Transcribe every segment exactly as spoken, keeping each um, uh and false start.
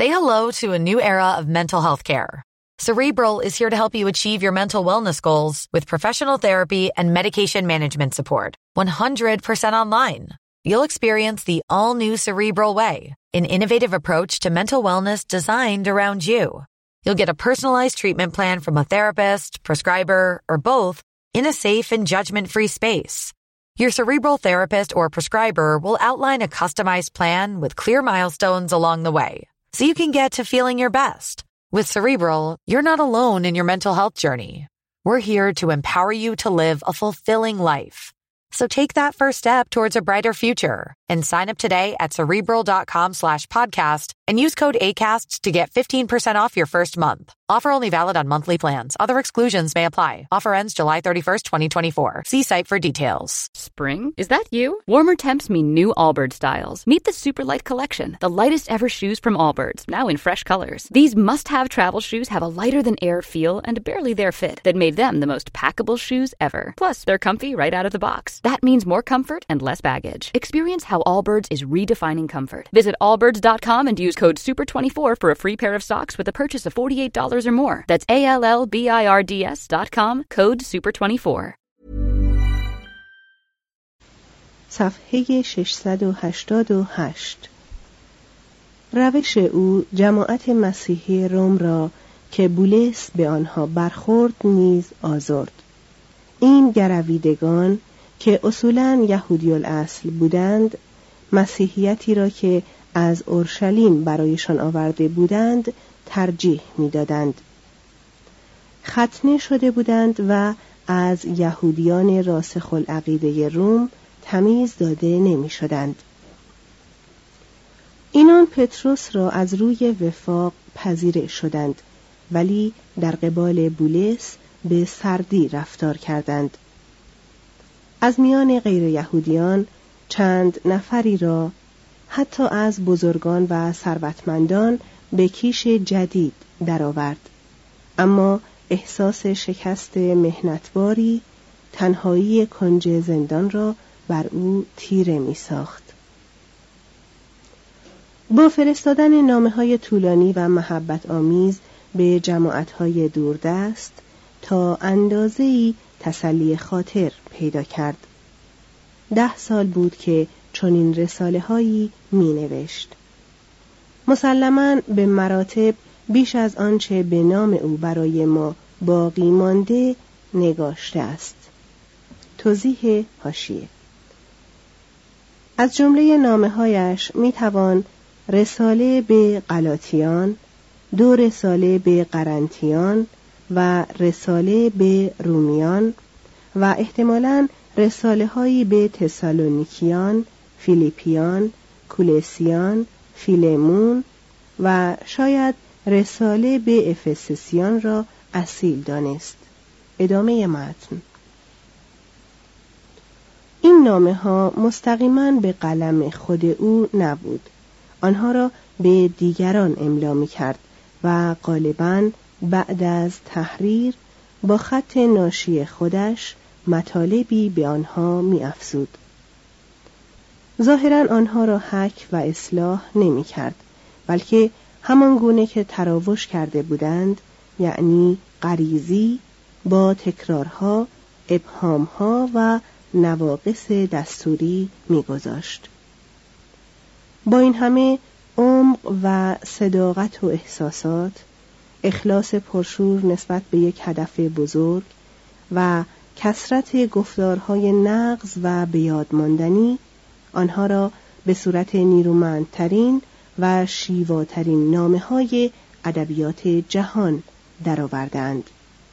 Say hello to a new era of mental health care. Cerebral is here to help you achieve your mental wellness goals with professional therapy and medication management support. one hundred percent online. You'll experience the all-new Cerebral Way, an innovative approach to mental wellness designed around you. You'll get a personalized treatment plan from a therapist, prescriber, or both in a safe and judgment-free space. Your Cerebral therapist or prescriber will outline a customized plan with clear milestones along the way, so you can get to feeling your best. With Cerebral, you're not alone in your mental health journey. We're here to empower you to live a fulfilling life. So take that first step towards a brighter future and sign up today at Cerebral.com slash podcast and use code ACAST to get fifteen percent off your first month. Offer only valid on monthly plans. Other exclusions may apply. Offer ends July thirty-first, twenty twenty-four. See site for details. Spring? Is that you? Warmer temps mean new Allbirds styles. Meet the Superlight Collection, the lightest ever shoes from Allbirds, now in fresh colors. These must-have travel shoes have a lighter-than-air feel and a barely-there fit that made them the most packable shoes ever. Plus, they're comfy right out of the box. That means more comfort and less baggage. Experience how Allbirds is redefining comfort. Visit allbirds dot com and use code super twenty-four for a free pair of socks with a purchase of forty-eight dollars or more. That's A L L B I R D S dot com, code super twenty-four. صفحه ششصد و هشتاد و هشت. روش او جماعت مسیحی روم را که بولس به آنها برخورد نیز آزرد. این گرویدگان که اصولاً یهودی الاصل بودند، مسیحیتی را که از اورشلیم برایشان آورده بودند ترجیح می‌دادند. ختنه شده بودند و از یهودیان راسخ العقیده روم تمیز داده نمی‌شدند. اینان پتروس را از روی وفاق پذیره شدند، ولی در قبال بولس به سردی رفتار کردند. از میان غیر یهودیان چند نفری را حتی از بزرگان و ثروتمندان به کیش جدید درآورد، اما احساس شکست محنتباری تنهایی کنج زندان را بر او تیره می ساخت. با فرستادن نامه‌های طولانی و محبت آمیز به جماعت‌های دوردست تا اندازه‌ای تسلی خاطر پیدا کرد. ده سال بود که چنین رساله‌هایی می‌نوشت. مسلماً به مراتب بیش از آنچه به نام او برای ما باقی مانده نگاشته است. توضیح حاشیه: از جمله نامه‌هایش می‌توان رساله به غلاطیان، دو رساله به قرنتیان و رساله به رومیان و احتمالاً رساله هایی به تسالونیکیان، فیلیپیان، کولسیان، فیلمون و شاید رساله به افسسیان را اصیل دانست. ادامه متن. این نامه ها مستقیما به قلم خود او نبود. آنها را به دیگران املا می کرد و غالباً بعد از تحریر با خط ناشی خودش مطالبی به آنها می افزود. ظاهراً آنها را حک و اصلاح نمی کرد، بلکه همان گونه که تراوش کرده بودند، یعنی غریزی، با تکرارها، ابهامها و نواقص دستوری می گذاشت. با این همه عمق و صداقت و احساسات، اخلاص پرشور نسبت به یک هدف بزرگ و کثرت گفتارهای نغز و بیاد ماندنی آنها را به صورت نیرومندترین و شیواترین نامه‌های ادبیات جهان درآوردند.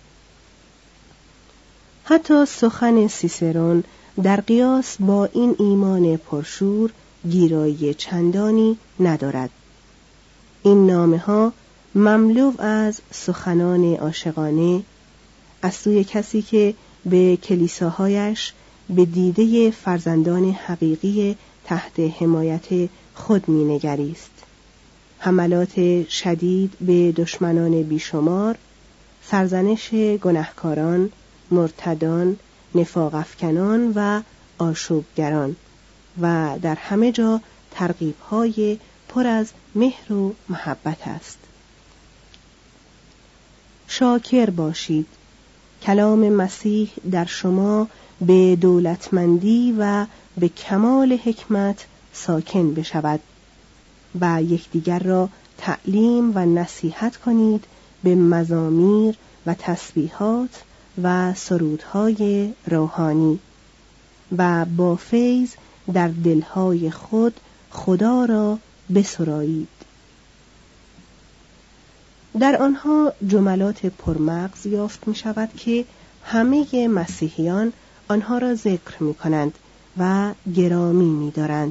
حتی سخن سیسرون در قیاس با این ایمان پرشور گیرایی چندانی ندارد. این نامه‌ها مملو از سخنان عاشقانه از سوی کسی که به کلیساهایش به دیده فرزندان حقیقی تحت حمایت خود می‌نگریست. حملات شدید به دشمنان بیشمار، سرزنش گناهکاران، مرتدان، نفاق افکنان و آشوبگران و در همه جا ترغیب‌های پر از مهر و محبت است. شاکر باشید. کلام مسیح در شما به دولتمندی و به کمال حکمت ساکن بشود و یکدیگر را تعلیم و نصیحت کنید به مزامیر و تسبیحات و سرودهای روحانی و با فیض در دلهای خود خدا را بسرایید. در آنها جملات پرمغز یافت می شود که همه مسیحیان آنها را ذکر می کنند و گرامی می دارند.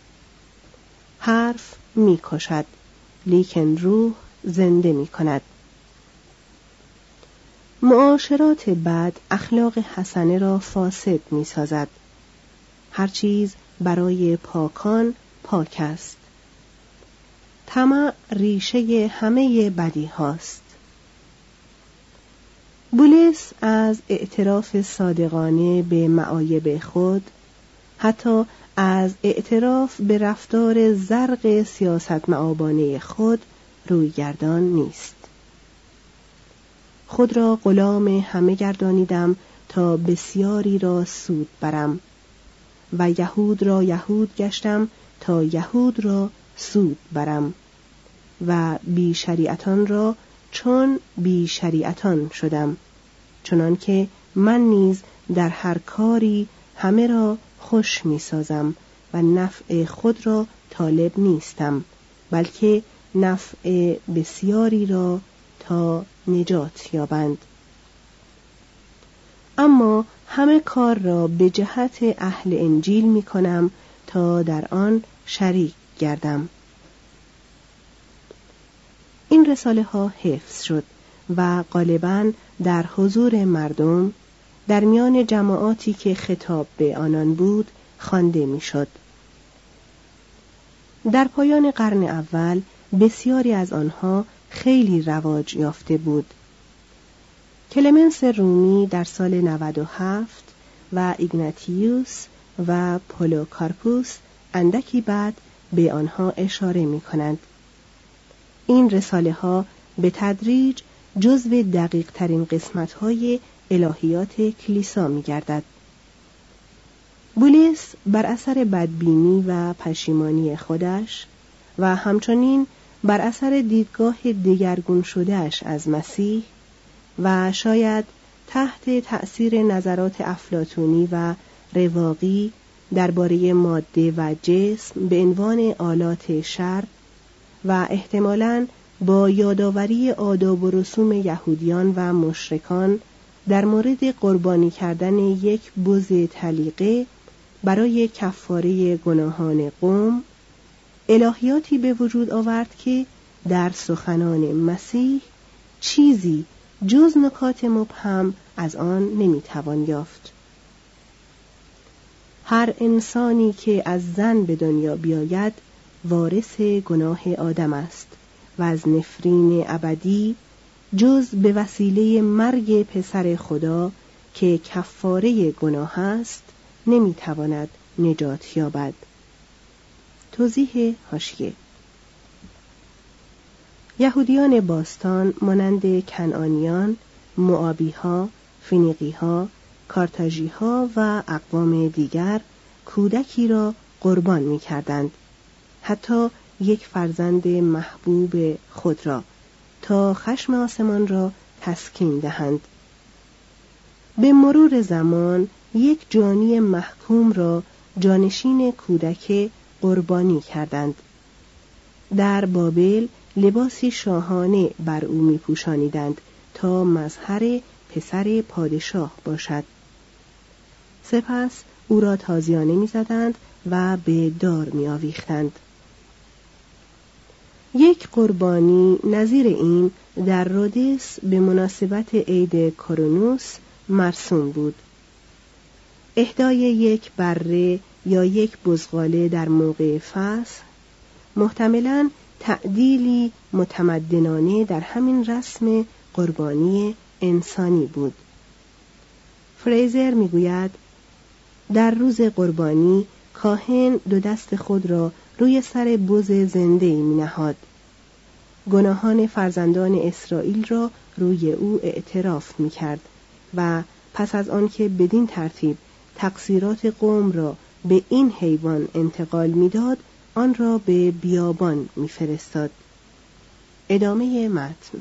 حرف می کشد، لیکن روح زنده می کند. معاشرات بد اخلاق حسنه را فاسد می سازد. هر چیز برای پاکان پاک است. طمع ریشه همه بدی هاست. بولس از اعتراف صادقانه به معایب خود، حتی از اعتراف به رفتار زرق سیاست مآبانه خود رویگردان نیست. خود را غلام همه گردانیدم تا بسیاری را سود برم و یهود را یهود گشتم تا یهود را سود برم و بی شریعتان را چون بی شریعتان شدم، چنان که من نیز در هر کاری همه را خوش می سازم و نفع خود را طالب نیستم، بلکه نفع بسیاری را تا نجات یابند. اما همه کار را به جهت اهل انجیل می کنم تا در آن شریک گردم. این رساله ها حفظ شد و غالباً در حضور مردم در میان جماعاتی که خطاب به آنان بود خوانده میشد. در پایان قرن اول بسیاری از آنها خیلی رواج یافته بود. کلمنس رومی در سال نود و هفت و ایگناتیوس و پولوکارپوس اندکی بعد به آنها اشاره می کنند. این رساله ها به تدریج جزو دقیق ترین قسمت های الهیات کلیسا می گردد. بولس بر اثر بدبینی و پشیمانی خودش و همچنین بر اثر دیدگاه دگرگون شدهش از مسیح و شاید تحت تأثیر نظرات افلاطونی و رواقی درباره ماده و جسم به عنوان آلات شر و احتمالاً با یادآوری آداب و رسوم یهودیان و مشرکان در مورد قربانی کردن یک بز طلیقه برای کفاره گناهان قوم، الهیاتی به وجود آورد که در سخنان مسیح چیزی جز نکات مبهم از آن نمیتوان یافت. هر انسانی که از زن به دنیا بیاید وارث گناه آدم است و از نفرین ابدی جز به وسیله مرگ پسر خدا که کفاره گناه است نمیتواند نجات یابد. توضیح حاشیه: یهودیان باستان مانند کنعانیان، موآبی‌ها، فینیقی‌ها، کارتاژی‌ها و اقوام دیگر کودکی را قربان می‌کردند، حتی یک فرزند محبوب خود را، تا خشم آسمان را تسکین دهند. به مرور زمان یک جانی محکوم را جانشین کودک قربانی کردند. در بابل لباسی شاهانه بر او می پوشانیدند تا مظهر پسر پادشاه باشد. سپس او را تازیانه می زدند و به دار می آویختند. یک قربانی نظیر این در رودس به مناسبت عید کرونوس مرسوم بود. اهدای یک بره یا یک بزغاله در موقع فصل محتملاً تعدیلی متمدنانه در همین رسم قربانی انسانی بود. فریزر میگوید در روز قربانی کاهن دو دست خود را روی سر بز زنده‌ای می‌نهاد. گناهان فرزندان اسرائیل را روی او اعتراف می‌کرد و پس از آنکه بدین ترتیب تقصیرات قوم را به این حیوان انتقال می‌داد، آن را به بیابان می‌فرستاد. ادامه متن.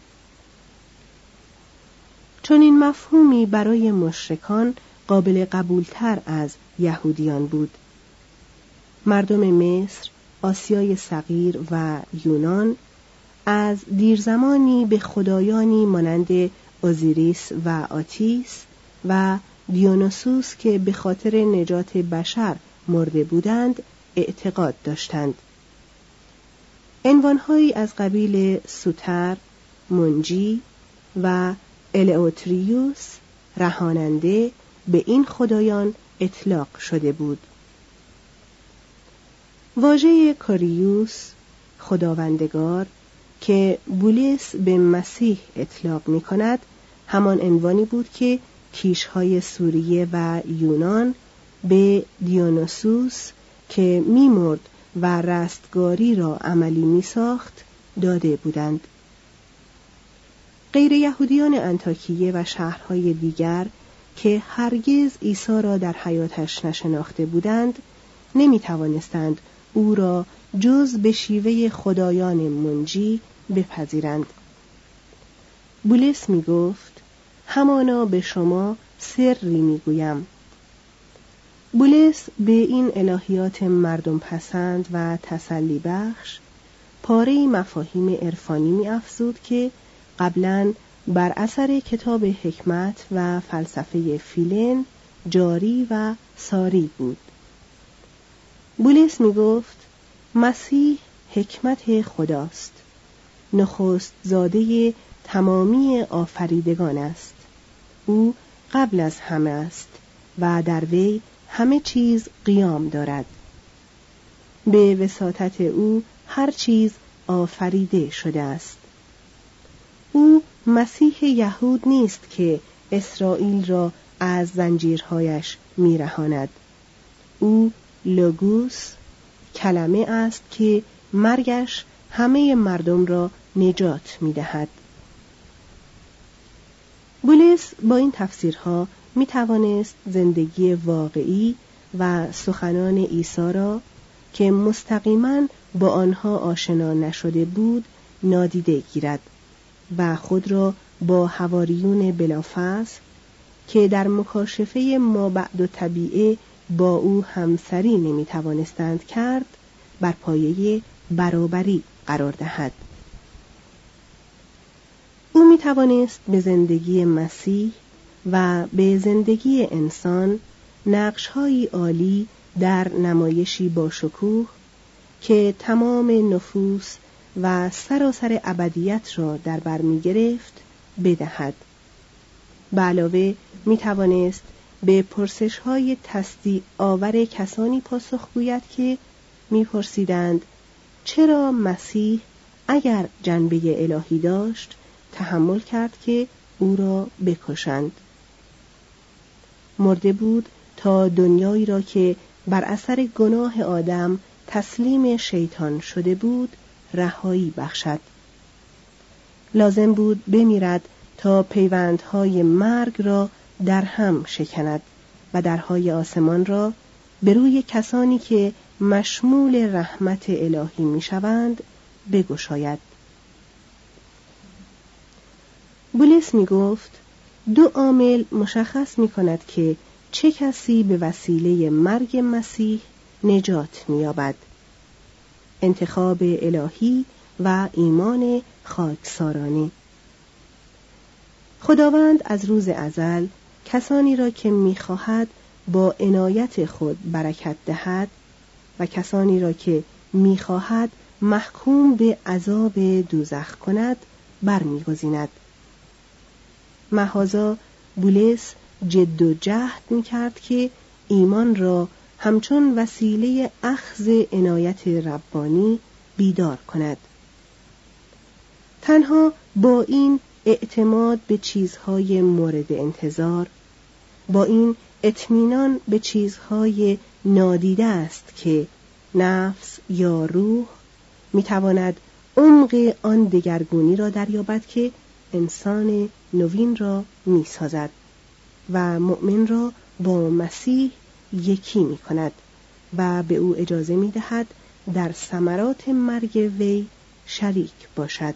چون این مفهومی برای مشرکان قابل قبولتر از یهودیان بود. مردم مصر، آسیای صغیر و یونان از دیرزمانی به خدایانی مانند اوزیریس و آتیس و دیونوسوس که به خاطر نجات بشر مرده بودند اعتقاد داشتند. عنوانهایی از قبیل سوتر، منجی و الئوتریوس رهاننده به این خدایان اطلاق شده بود. واژه کاریوس خداوندگار که بولیس به مسیح اطلاق می کند همان عنوانی بود که کیشهای سوریه و یونان به دیونوسوس که می مرد و رستگاری را عملی می ساخت داده بودند. غیر یهودیان انطاکیه و شهرهای دیگر که هرگز عیسی را در حیاتش نشناخته بودند نمی توانستند او را جز به شیوه خدایان منجی بپذیرند. بولیس می گفت همانا به شما سری می گویم. بولیس به این الهیات مردم پسند و تسلی بخش پاره مفاهیم عرفانی می افزود که قبلاً بر اثر کتاب حکمت و فلسفه فیلن جاری و ساری بود. بولیس می گفت مسیح حکمت خداست، نخست زاده تمامی آفریدگان است. او قبل از همه است و در وی همه چیز قیام دارد. به وساطت او هر چیز آفریده شده است. او مسیح یهود نیست که اسرائیل را از زنجیرهایش میرهاند. او لوگوس کلمه است که مرگش همه مردم را نجات میدهد. بولیس با این تفسیرها می توانست زندگی واقعی و سخنان عیسی را که مستقیما با آنها آشنا نشده بود نادیده گیرد و خود را با حواریون بلافاصل که در مکاشفه مابعد و طبیعه با او همسری نمی توانستند کرد بر پایه برابری قرار دهد. او می توانست به زندگی مسیح و به زندگی انسان نقش‌هایی عالی در نمایشی با شکوه که تمام نفوس و سراسر ابدیت را در بر می گرفت بدهد. به علاوه می توانست به پرسش‌های تصدیع آور کسانی پاسخ گوید که می پرسیدند چرا مسیح اگر جنبه الهی داشت تحمل کرد که او را بکشند. مرده بود تا دنیایی را که بر اثر گناه آدم تسلیم شیطان شده بود رهایی بخشد. لازم بود بمیرد تا پیوندهای مرگ را در هم شکند و درهای آسمان را به روی کسانی که مشمول رحمت الهی میشوند بگشاید. بولیس می گفت دو عامل مشخص می کند که چه کسی به وسیله مرگ مسیح نجات می یابد: انتخاب الهی و ایمان خاکسارانه. خداوند از روز ازل کسانی را که می خواهد با عنایت خود برکت دهد و کسانی را که می خواهد محکوم به عذاب دوزخ کند برمیگزیند. محاذا بولیس جد و جهد می کرد که ایمان را همچون وسیله اخذ عنایت ربانی بیدار کند. تنها با این اعتماد به چیزهای مورد انتظار، با این اطمینان به چیزهای نادیده است که نفس یا روح میتواند عمق آن دگرگونی را دریابد که انسان نوین را میسازد و مؤمن را با مسیح یکی میکند و به او اجازه میدهد در ثمرات مرگ وی شریک باشد.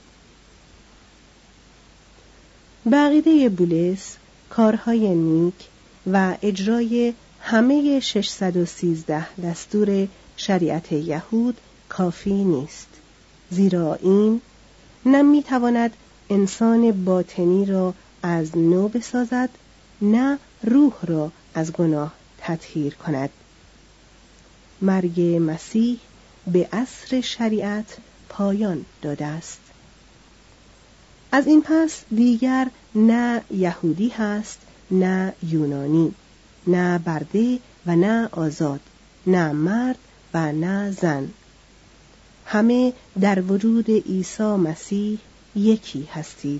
به عقیده بولس کارهای نیک و اجرای همه ششصد و سیزده دستور شریعت یهود کافی نیست، زیرا این نه میتواند انسان باطنی را از نو بسازد، نه روح را از گناه تطهیر کند. مرگ مسیح به عصر شریعت پایان داده است. از این پس دیگر نه یهودی هست، نه یونانی، نه برده و نه آزاد، نه مرد و نه زن. همه در وجود عیسی مسیح یکی هستید.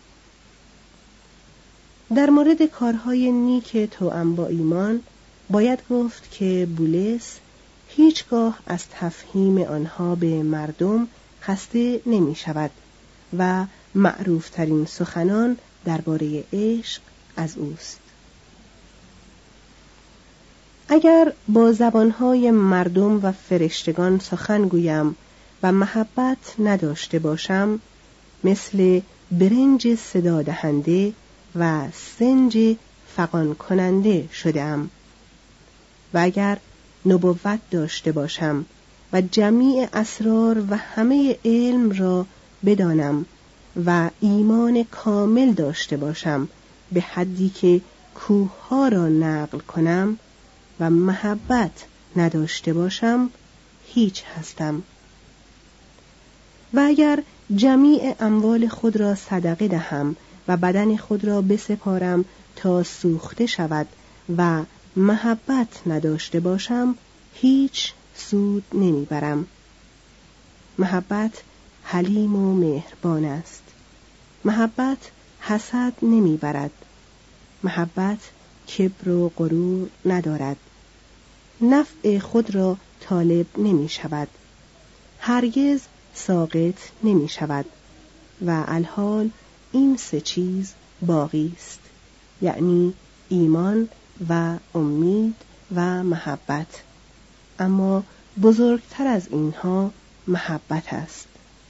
در مورد کارهای نیک توأم با ایمان باید گفت که بولس هیچگاه از تفهیم آنها به مردم خسته نمی شود و معروفترین سخنان درباره عشق از اوست. اگر با زبانهای مردم و فرشتگان سخن گویم و محبت نداشته باشم، مثل برنج صدا دهنده و سنج فغان کننده شدم. و اگر نبوت داشته باشم و جمیع اسرار و همه علم را بدانم و ایمان کامل داشته باشم به حدی که کوه‌ها را نقل کنم و محبت نداشته باشم، هیچ هستم. و اگر جمیع اموال خود را صدقه دهم و بدن خود را بسپارم تا سوخته شود و محبت نداشته باشم، هیچ سود نمیبرم. محبت حلیم و مهربان است. محبت حسد نمیبرد. محبت کبر و غرور ندارد. نفع خود را طالب نمی شود. هرگز ساقط نمی شود. و الحال این سه چیز باقی است، یعنی ایمان و امید و محبت. اما بزرگتر از اینها محبت است.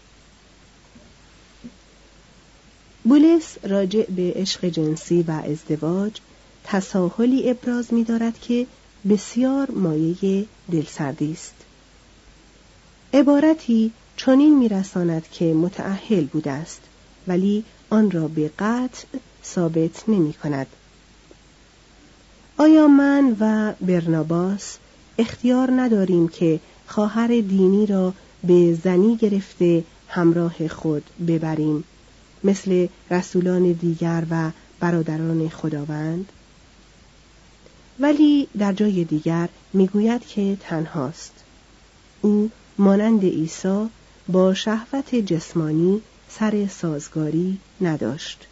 بولس راجع به عشق جنسی و ازدواج تساهلی ابراز می دارد که بسیار مایه دلسردی است. عبارتی چنین می رساند که متأهل بوده است، ولی آن را به قطع ثابت نمی کند. آیا من و برناباس اختیار نداریم که خواهر دینی را به زنی گرفته همراه خود ببریم، مثل رسولان دیگر و برادران خداوند؟ ولی در جای دیگر میگوید که تنهاست. او مانند عیسی با شهوت جسمانی سر سازگاری نداشت.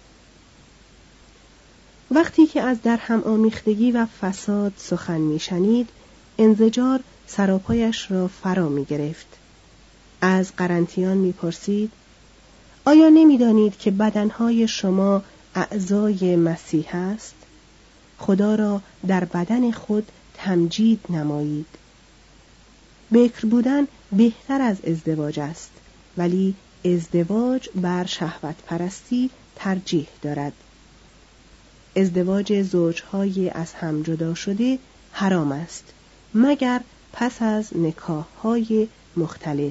وقتی که از درهم آمیختگی و فساد سخن میشنید، انزجار سراپایش را فرا می گرفت. از قرنتیان می پرسید: آیا نمی دانید که بدنهای شما اعضای مسیح است؟ خدا را در بدن خود تمجید نمایید. بکر بودن بهتر از ازدواج است، ولی ازدواج بر شهوت پرستی ترجیح دارد. ازدواج زوجهای از هم جدا شده حرام است، مگر پس از نکاح‌های مختلط.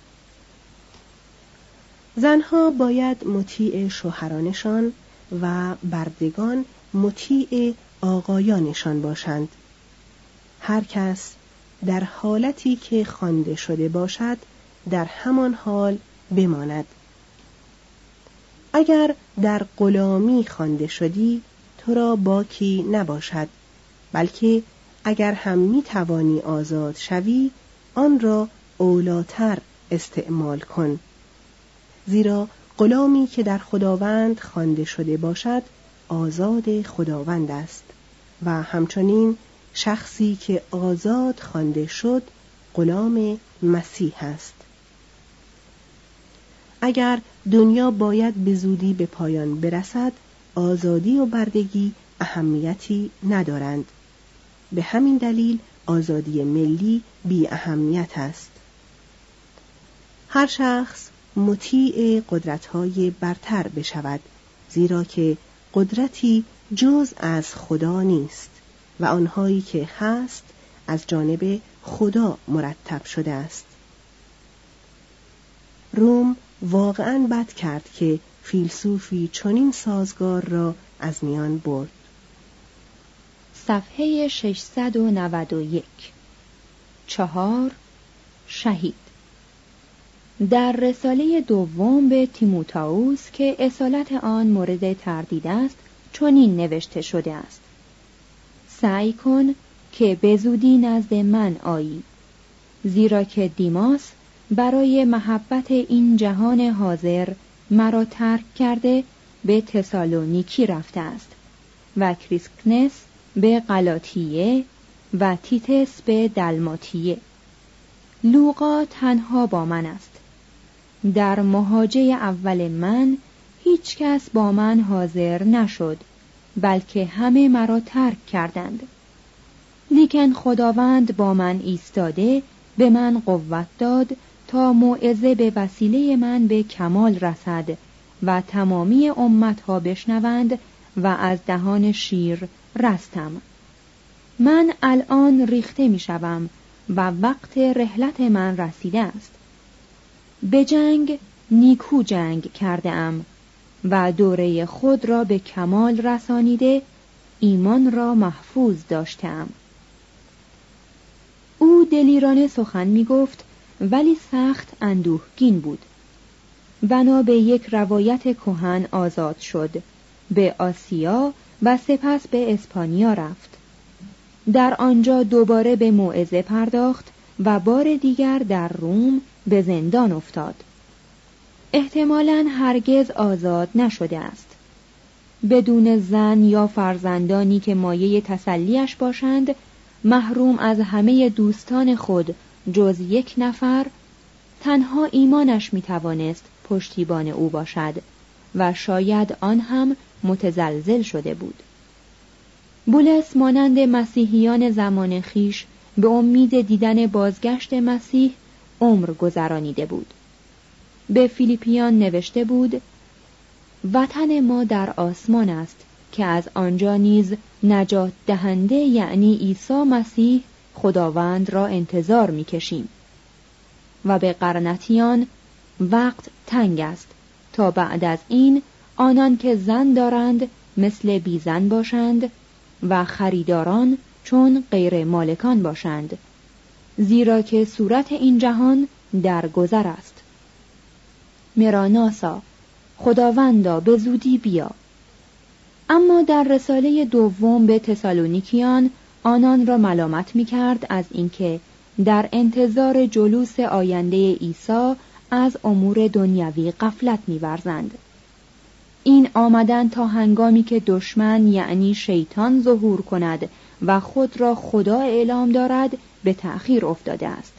زنها باید مطیع شوهرانشان و بردگان مطیع آقایانشان باشند. هر کس در حالتی که خوانده شده باشد در همان حال بماند. اگر در غلامی خوانده شدی تو را باکی نباشد، بلکه اگر هم می توانی آزاد شوی آن را اولاتر استعمال کن، زیرا غلامی که در خداوند خوانده شده باشد آزاد خداوند است و همچنین شخصی که آزاد خوانده شد غلام مسیح است. اگر دنیا باید به زودی به پایان برسد، آزادی و بردگی اهمیتی ندارند. به همین دلیل آزادی ملی بی اهمیت است. هر شخص مطیع قدرت‌های برتر بشود، زیرا که قدرتی جز از خدا نیست و آنهایی که هست از جانب خدا مرتب شده است. روم واقعاً بد کرد که فیلسوفی چنین سازگار را از میان برد. صفحه ششصد و نود و یک. چهار. شهید. در رساله دوم به تیموتائوس که اصالت آن مورد تردید است چنین نوشته شده است: سعی کن که به زودی نزد من آیی، زیرا که دیماس برای محبت این جهان حاضر مرا ترک کرده به تسالونیکی رفته است و کریسکنس به غلاطیه و تیتس به دلماتیه. لوقا تنها با من است. در مهاجه اول من هیچ کس با من حاضر نشد، بلکه همه مرا ترک کردند. لیکن خداوند با من ایستاده به من قوت داد تا موعظه به وسیله من به کمال رسد و تمامی امتها بشنوند و از دهان شیر رستم. من الان ریخته می شوم و وقت رحلت من رسیده است. به جنگ نیکو جنگ کرده ام و دوره خود را به کمال رسانیده ایمان را محفوظ داشتم. او دلیرانه سخن می گفت ولی سخت اندوهگین بود. بنا به یک روایت کهن آزاد شد، به آسیا و سپس به اسپانیا رفت. در آنجا دوباره به موعظه پرداخت و بار دیگر در روم به زندان افتاد. احتمالاً هرگز آزاد نشده است. بدون زن یا فرزندانی که مایه تسلیش باشند، محروم از همه دوستان خود جز یک نفر، تنها ایمانش میتوانست پشتیبان او باشد و شاید آن هم متزلزل شده بود. بولس مانند مسیحیان زمان خیش به امید دیدن بازگشت مسیح عمر گذرانیده بود. به فیلیپیان نوشته بود: وطن ما در آسمان است که از آنجا نیز نجات دهنده یعنی عیسی مسیح خداوند را انتظار می‌کشیم. و به قرنتیان: وقت تنگ است تا بعد از این آنان که زن دارند مثل بی زن باشند و خریداران چون غیر مالکان باشند، زیرا که صورت این جهان در گذر است. مراناسا، خداوندا به زودی بیا. اما در رساله دوم به تسالونیکیان آنان را ملامت می کرد از اینکه در انتظار جلوس آینده عیسی از امور دنیوی غفلت می ورزند. این آمدن تا هنگامی که دشمن یعنی شیطان ظهور کند و خود را خدا اعلام دارد به تأخیر افتاده است.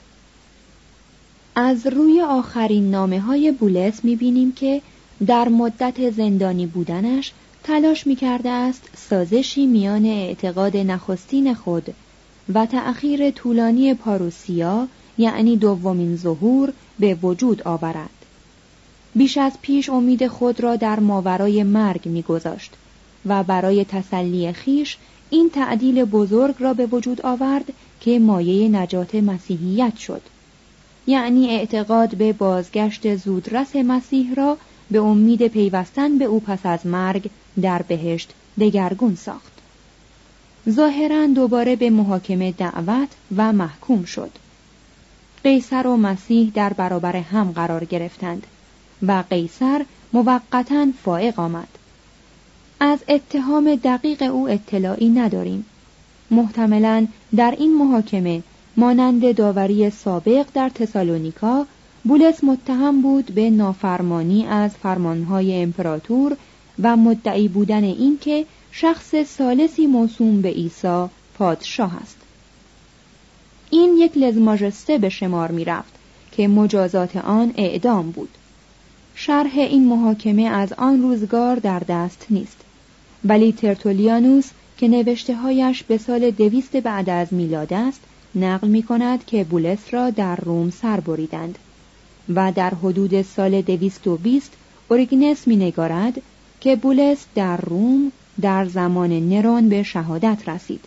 از روی آخرین نامه های بولس می بینیم که در مدت زندانی بودنش تلاش می کرده است سازشی میان اعتقاد نخستین خود و تأخیر طولانی پاروسیا یعنی دومین ظهور به وجود آورد. بیش از پیش امید خود را در ماورای مرگ می گذاشت و برای تسلی خیش این تعدیل بزرگ را به وجود آورد که مایه نجات مسیحیت شد، یعنی اعتقاد به بازگشت زودرس مسیح را به امید پیوستن به او پس از مرگ در بهشت دگرگون ساخت. ظاهراً دوباره به محاکمه دعوت و محکوم شد. قیصر و مسیح در برابر هم قرار گرفتند و قیصر موقتاً فائق آمد. از اتهام دقیق او اطلاعی نداریم. محتملاً در این محاکمه مانند داوری سابق در تسالونیکا، بولس متهم بود به نافرمانی از فرمانهای امپراتور و مدعی بودن این که شخص ثالثی موسوم به عیسی پادشاه است. این یک لزماژسته به شمار می رفت که مجازات آن اعدام بود. شرح این محاکمه از آن روزگار در دست نیست، ولی ترتولیانوس که نوشته‌هایش به سال دویست بعد از میلاد است نقل می کند که بولس را در روم سر بریدند و در حدود سال دویست و بیست اوریگنس می نگارد که بولس در روم در زمان نرون به شهادت رسید.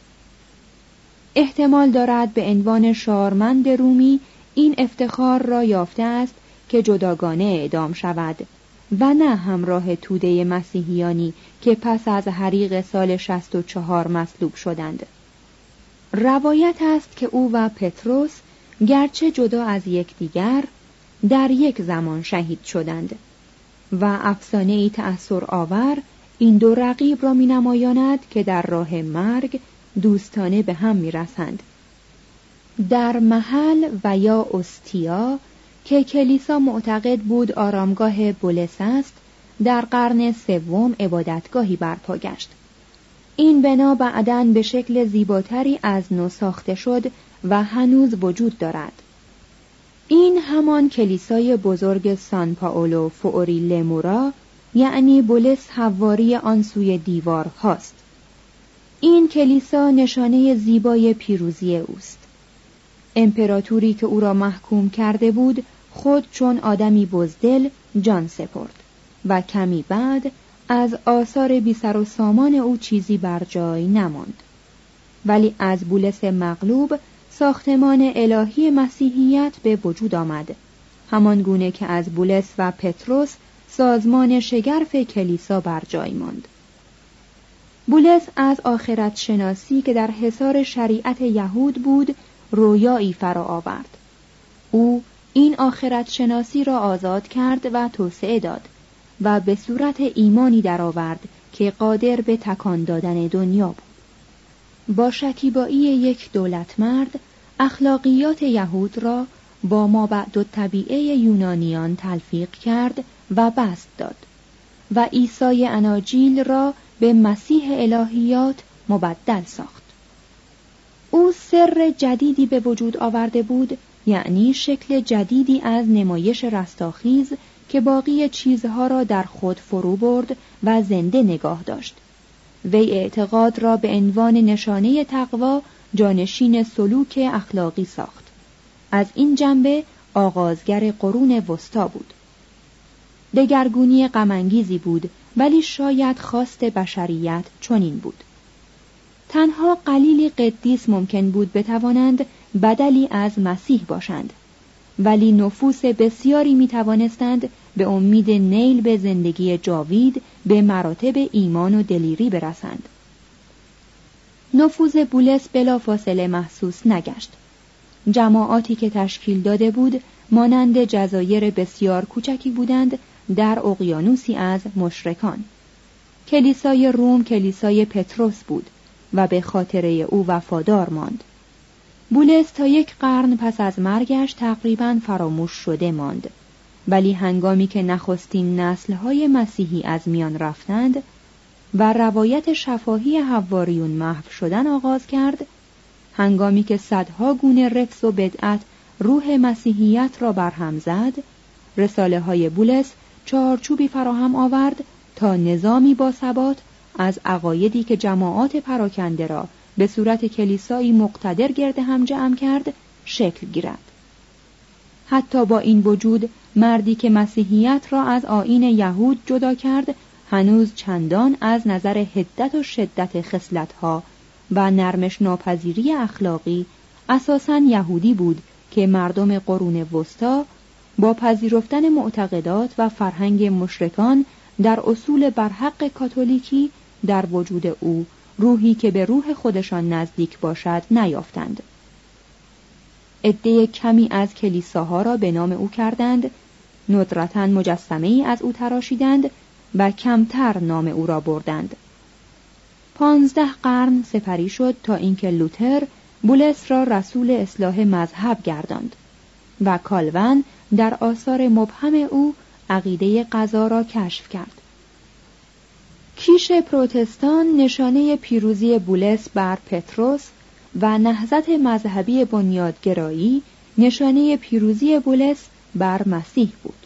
احتمال دارد به عنوان شارمند رومی این افتخار را یافته است که جداگانه اعدام شود و نه همراه توده مسیحیانی که پس از حریق سال شصت و چهار مصلوب شدند. روایت است که او و پتروس گرچه جدا از یکدیگر در یک زمان شهید شدند و افسانه‌ای تأثیر آور این دو رقیب را می نمایاند که در راه مرگ دوستانه به هم می رسند. در محل و یا استیا که کلیسا معتقد بود آرامگاه بولس است، در قرن سوم عبادتگاهی برپا گشت. این بنا بعداً به شکل زیباتری از نو ساخته شد و هنوز وجود دارد. این همان کلیسای بزرگ سان پائولو فوری لمورا، یعنی بولس حواری آن سوی دیوار هاست. این کلیسا نشانه زیبای پیروزی اوست. امپراتوری که او را محکوم کرده بود خود چون آدمی بزدل جان سپرد و کمی بعد از آثار بی سر و سامان او چیزی بر جای نماند. ولی از بولس مغلوب ساختمان الهی مسیحیت به وجود آمد، همان گونه که از بولس و پتروس سازمان شگرف کلیسا بر جای ماند. بولس از آخرت شناسی که در حصار شریعت یهود بود رویایی فرا آورد. او این آخرت شناسی را آزاد کرد و توسعه داد و به صورت ایمانی درآورد که قادر به تکان دادن دنیا بود. با شکیبایی یک دولت مرد اخلاقیات یهود را با مابعدالطبیعه یونانیان تلفیق کرد و بسط داد و عیسی اناجیل را به مسیح الهیات مبدل ساخت. او سر جدیدی به وجود آورده بود، یعنی شکل جدیدی از نمایش رستاخیز که باقی چیزها را در خود فرو برد و زنده نگاه داشت. وی اعتقاد را به عنوان نشانه تقوا جانشین سلوک اخلاقی ساخت. از این جنبه آغازگر قرون وسطا بود. دگرگونی غم‌انگیزی بود، ولی شاید خواست بشریت چنین بود. تنها قلیلی قدیس ممکن بود بتوانند بدلی از مسیح باشند، ولی نفوس بسیاری می توانستند به امید نیل به زندگی جاوید به مراتب ایمان و دلیری برسند. نفوذ بولس بلافاصله محسوس نگشت. جماعاتی که تشکیل داده بود مانند جزایر بسیار کوچکی بودند در اقیانوسی از مشرکان. کلیسای روم کلیسای پتروس بود و به خاطره او وفادار ماند. بولس تا یک قرن پس از مرگش تقریباً فراموش شده ماند، ولی هنگامی که نخستین نسل‌های مسیحی از میان رفتند و روایت شفاهی حواریون محو شدن آغاز کرد، هنگامی که صدها گونه رفض و بدعت روح مسیحیت را برهم زد، رساله های بولس چارچوبی فراهم آورد تا نظامی با ثبات از عقایدی که جماعات پراکنده را به صورت کلیسایی مقتدر گرد هم جمع کرد شکل گیرد. حتی با این وجود مردی که مسیحیت را از آیین یهود جدا کرد هنوز چندان از نظر حدت و شدت خصلت‌ها و نرمش ناپذیری اخلاقی اساساً یهودی بود که مردم قرون وسطا با پذیرفتن معتقدات و فرهنگ مشرکان در اصول برحق کاتولیکی در وجود او روحی که به روح خودشان نزدیک باشد نیافتند. عده کمی از کلیساها را به نام او کردند، ندرتاً مجسمه‌ای از او تراشیدند و کمتر نام او را بردند. پانزده قرن سپری شد تا اینکه لوتر بولس را رسول اصلاح مذهب گرداند و کالون در آثار مبهم او عقیده قضا را کشف کرد. کیش پروتستان نشانه پیروزی بولس بر پتروس و نهضت مذهبی بنیادگرایی نشانه پیروزی بولس بر مسیح بود.